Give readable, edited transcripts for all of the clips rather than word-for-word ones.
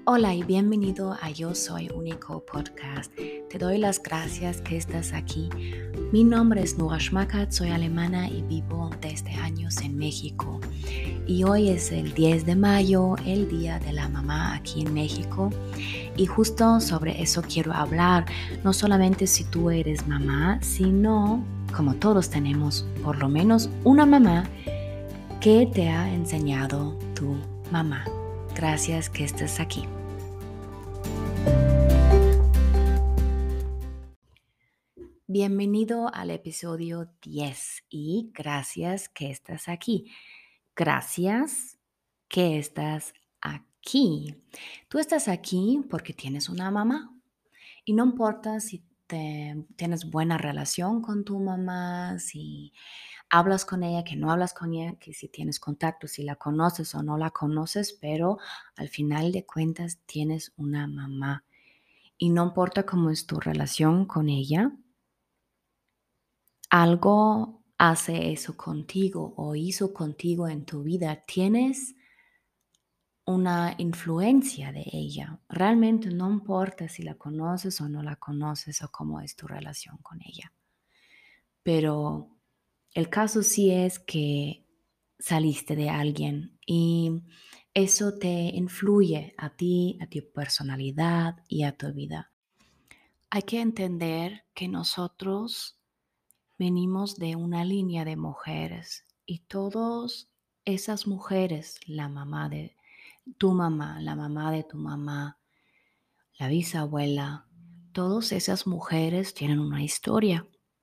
Hola y bienvenido a Yo Soy Único Podcast. Te doy las gracias que estás aquí. Mi nombre es Nora Schmackert, soy alemana y vivo desde años en México. Y hoy es el 10 de mayo, el Día de la Mamá aquí en México. Y justo sobre eso quiero hablar, no solamente si tú eres mamá, sino como todos tenemos por lo menos una mamá que te ha enseñado tu mamá. Gracias que estés aquí. Bienvenido al episodio 10 y gracias que estás aquí. Gracias que estás aquí. Tú estás aquí porque tienes una mamá y no importa si tienes buena relación con tu mamá, si hablas con ella, que no hablas con ella, que si tienes contacto, si la conoces o no la conoces, pero al final de cuentas tienes una mamá y no importa cómo es tu relación con ella. Algo hace eso contigo o hizo contigo en tu vida. Tienes una influencia de ella. Realmente no importa si la conoces o no la conoces o cómo es tu relación con ella. Pero el caso sí es que saliste de alguien y eso te influye a ti, a tu personalidad y a tu vida. Hay que entender que nosotros venimos de una línea de mujeres y todas esas mujeres, la mamá de tu mamá, la mamá de tu mamá, la bisabuela, todas esas mujeres tienen una historia.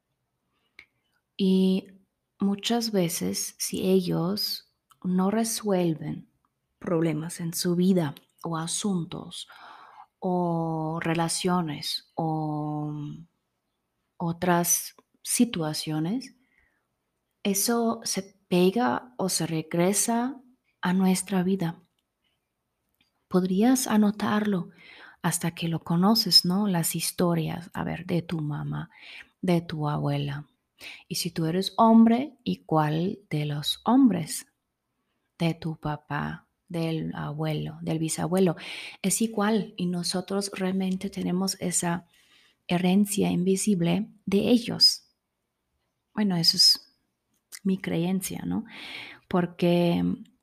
Y muchas veces si ellos no resuelven problemas en su vida o asuntos o relaciones o otras situaciones, eso se pega o se regresa a nuestra vida. Podrías anotarlo hasta que lo conoces, ¿no? Las historias, a ver, de tu mamá, de tu abuela. Y si tú eres hombre, ¿cuál de los hombres? De tu papá, del abuelo, del bisabuelo. Es igual y nosotros realmente tenemos esa herencia invisible de ellos. Bueno, eso es mi creencia, ¿no? Porque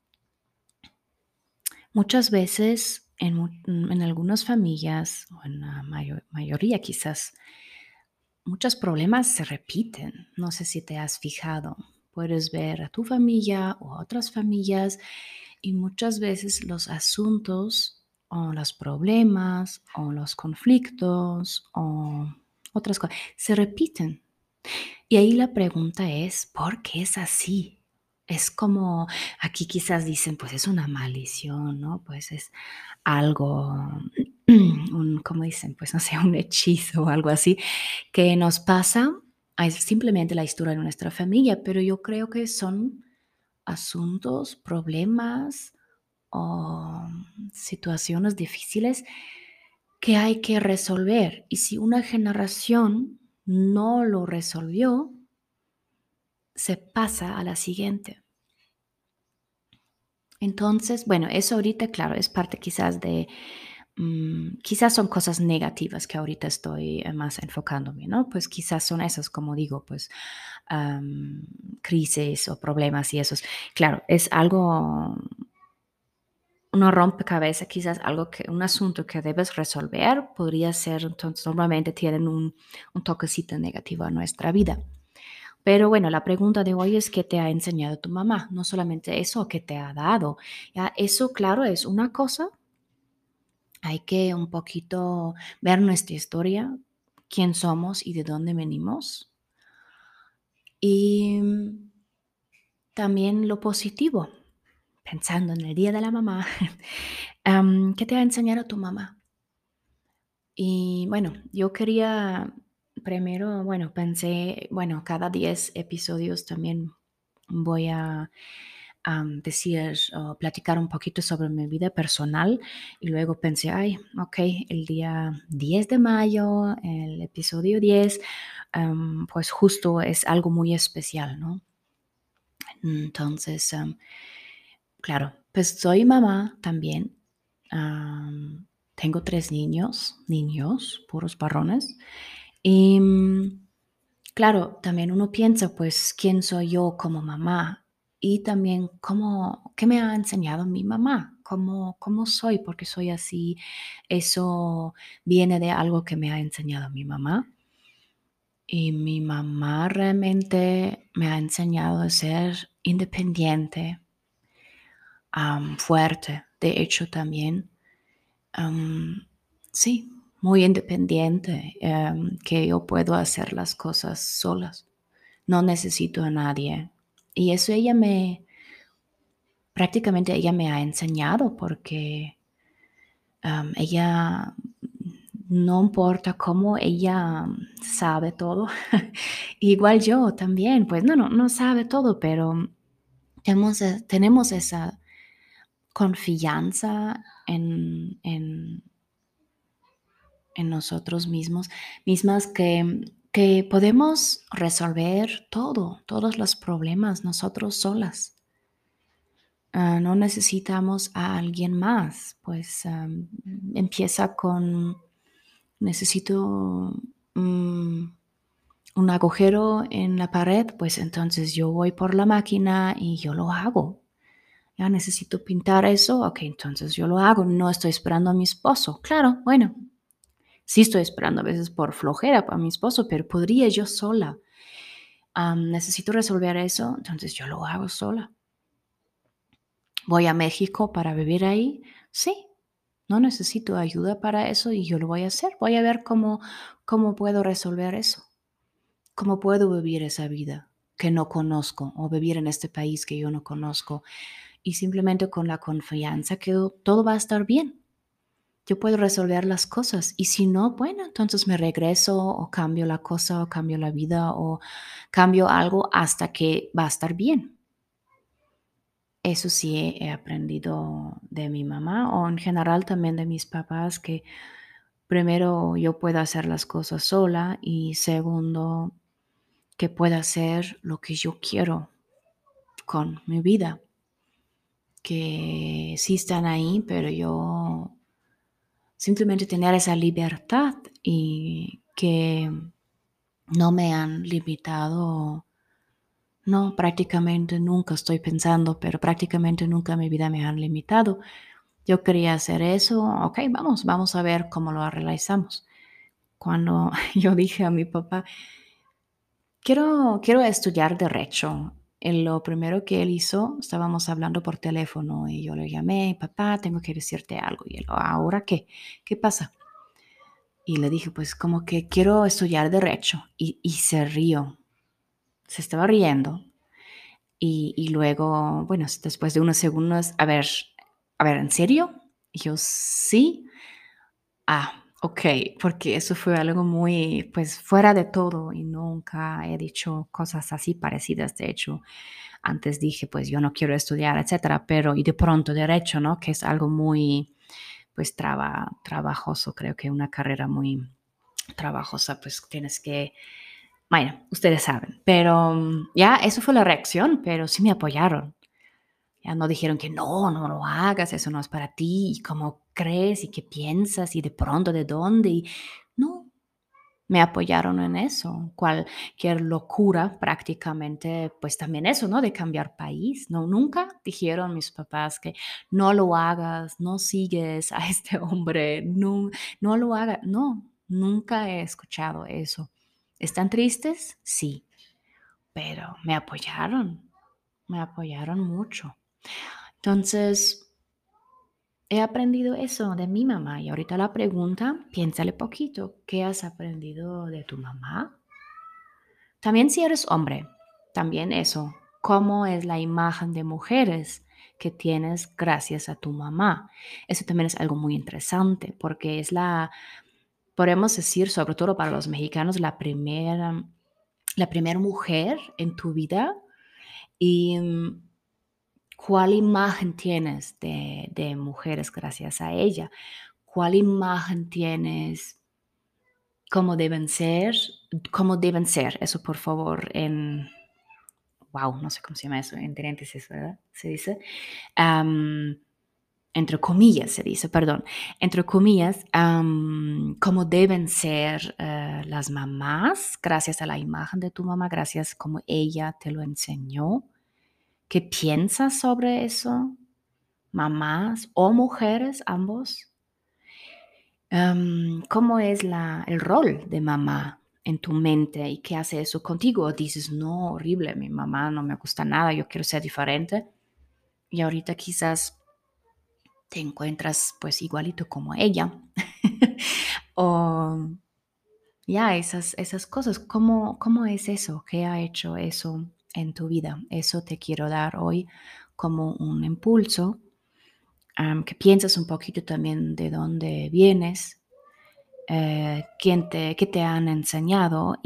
muchas veces en algunas familias, o en la mayoría quizás, muchos problemas se repiten. No sé si te has fijado. Puedes ver a tu familia o a otras familias y muchas veces los asuntos o los problemas o los conflictos o otras cosas se repiten. Y ahí la pregunta es, ¿por qué es así? Es como, aquí quizás dicen, pues es una maldición, ¿no? Pues es algo, ¿cómo dicen? Pues no sé, un hechizo o algo así que nos pasa. Es simplemente la historia de nuestra familia, pero yo creo que son asuntos, problemas o situaciones difíciles que hay que resolver. Y si una generación no lo resolvió, se pasa a la siguiente. Entonces, bueno, eso ahorita, claro, es parte quizás de, quizás son cosas negativas que ahorita estoy más enfocándome, ¿no? Pues quizás son esas, como digo, pues am, crisis o problemas y esos. Claro, es algo, uno rompecabezas, quizás algo que, un asunto que debes resolver, podría ser, entonces normalmente tienen un toquecito negativo a nuestra vida. Pero bueno, la pregunta de hoy es qué te ha enseñado tu mamá, no solamente eso que te ha dado. Ya, eso, claro, es una cosa. Hay que un poquito ver nuestra historia, quién somos y de dónde venimos. Y también lo positivo, pensando en el Día de la Mamá, ¿qué te ha enseñado tu mamá? Y bueno, yo quería primero, bueno, pensé, bueno, cada 10 episodios también voy a decir o platicar un poquito sobre mi vida personal y luego pensé, ay, ok, el día 10 de mayo, el episodio 10, pues justo es algo muy especial, ¿no? Entonces, claro, pues soy mamá también. Tengo 3 niños, puros varones. Y, claro, también uno piensa, pues, ¿quién soy yo como mamá? Y también qué me ha enseñado mi mamá, cómo soy, porque soy así. Eso viene de algo que me ha enseñado mi mamá. Y mi mamá realmente me ha enseñado a ser independiente, fuerte. De hecho, también, am, sí, muy independiente, que yo puedo hacer las cosas solas. No necesito a nadie. Y eso prácticamente ella me ha enseñado porque ella, no importa cómo, ella sabe todo. Igual yo también, pues no sabe todo, pero tenemos esa confianza en nosotros mismas que podemos resolver todos los problemas nosotros solas. No necesitamos a alguien más, pues empieza con, necesito mm, un agujero en la pared, pues entonces yo voy por la máquina y yo lo hago. Ya necesito pintar eso, ok, entonces yo lo hago, no estoy esperando a mi esposo. Claro, bueno, sí estoy esperando a veces por flojera a mi esposo, pero podría yo sola. Necesito resolver eso, entonces yo lo hago sola. Voy a México para vivir ahí, sí, no necesito ayuda para eso y yo lo voy a hacer. Voy a ver cómo puedo resolver eso, cómo puedo vivir esa vida que no conozco o vivir en este país que yo no conozco y simplemente con la confianza que todo va a estar bien. Yo puedo resolver las cosas y si no, bueno, entonces me regreso o cambio la cosa o cambio la vida o cambio algo hasta que va a estar bien. Eso sí he aprendido de mi mamá o en general también de mis papás que primero yo puedo hacer las cosas sola y segundo que pueda hacer lo que yo quiero con mi vida, que sí están ahí, pero yo simplemente tener esa libertad y que no me han limitado, no, prácticamente nunca estoy pensando, pero prácticamente nunca en mi vida me han limitado. Yo quería hacer eso, ok, vamos a ver cómo lo realizamos. Cuando yo dije a mi papá, quiero estudiar derecho. Lo primero que él hizo, estábamos hablando por teléfono y yo le llamé, papá, tengo que decirte algo. Y él, ¿ahora qué? ¿Qué pasa? Y le dije, pues como que quiero estudiar derecho. Y se rió, se estaba riendo. Y luego, bueno, después de unos segundos, a ver, ¿en serio? Y yo, sí. Ok, porque eso fue algo muy, pues, fuera de todo y nunca he dicho cosas así parecidas. De hecho, antes dije, pues, yo no quiero estudiar, etcétera, pero y de pronto derecho, ¿no? Que es algo muy, pues, trabajoso, creo que una carrera muy trabajosa, pues, tienes que, bueno, ustedes saben, pero ya, eso fue la reacción, pero sí me apoyaron. Ya no dijeron que no lo hagas, eso no es para ti, y cómo crees y qué piensas y de pronto de dónde. Y no, me apoyaron en eso. Cualquier locura prácticamente, pues también eso, ¿no? De cambiar país. No, nunca dijeron mis papás que no lo hagas, no sigues a este hombre, no lo hagas. No, nunca he escuchado eso. ¿Están tristes? Sí, pero me apoyaron mucho. Entonces, he aprendido eso de mi mamá y ahorita la pregunta, piénsale poquito, ¿qué has aprendido de tu mamá? También si eres hombre, también eso, ¿cómo es la imagen de mujeres que tienes gracias a tu mamá? Eso también es algo muy interesante porque es podemos decir, sobre todo para los mexicanos, la primera mujer en tu vida y ¿cuál imagen tienes de mujeres gracias a ella? ¿Cuál imagen tienes? ¿Cómo deben ser? ¿Cómo deben ser? Eso, por favor, wow, no sé cómo se llama eso, en paréntesis, ¿verdad? Se dice. Am, entre comillas se dice, perdón, entre comillas, cómo deben ser las mamás, gracias a la imagen de tu mamá, gracias como ella te lo enseñó. ¿Qué piensas sobre eso? Mamás o mujeres, ambos. ¿Cómo es el rol de mamá en tu mente y qué hace eso contigo? Dices, no, horrible, mi mamá no me gusta nada, yo quiero ser diferente. Y ahorita quizás te encuentras pues igualito como ella. O ya, esas cosas, ¿cómo es eso? ¿Qué ha hecho eso en tu vida? Eso te quiero dar hoy como un impulso, que pienses un poquito también de dónde vienes, qué te han enseñado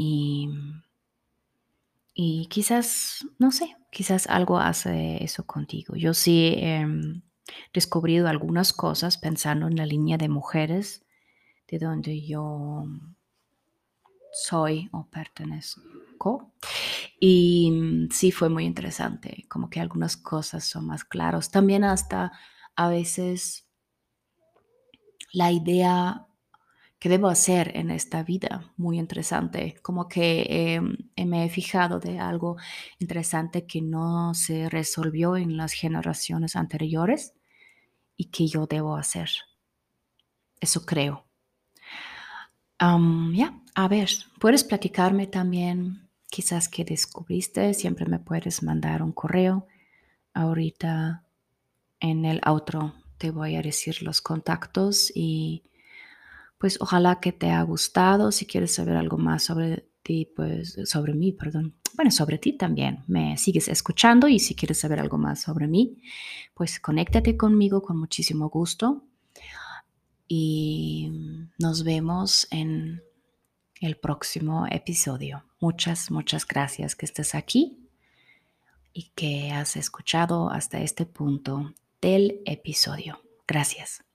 y quizás, no sé, quizás algo hace eso contigo. Yo sí he descubrido algunas cosas pensando en la línea de mujeres de donde yo soy o pertenezco. Y sí fue muy interesante, como que algunas cosas son más claros. También hasta a veces la idea que debo hacer en esta vida, muy interesante, como que me he fijado de algo interesante que no se resolvió en las generaciones anteriores y que yo debo hacer. Eso creo. Ya, a ver, puedes platicarme también, quizás que descubriste, siempre me puedes mandar un correo. Ahorita en el outro te voy a decir los contactos y pues ojalá que te haya gustado. Si quieres saber algo más sobre ti, pues sobre mí, perdón. Bueno, sobre ti también. Me sigues escuchando y si quieres saber algo más sobre mí, pues conéctate conmigo con muchísimo gusto y nos vemos en el próximo episodio. Muchas, muchas gracias que estés aquí y que has escuchado hasta este punto del episodio. Gracias.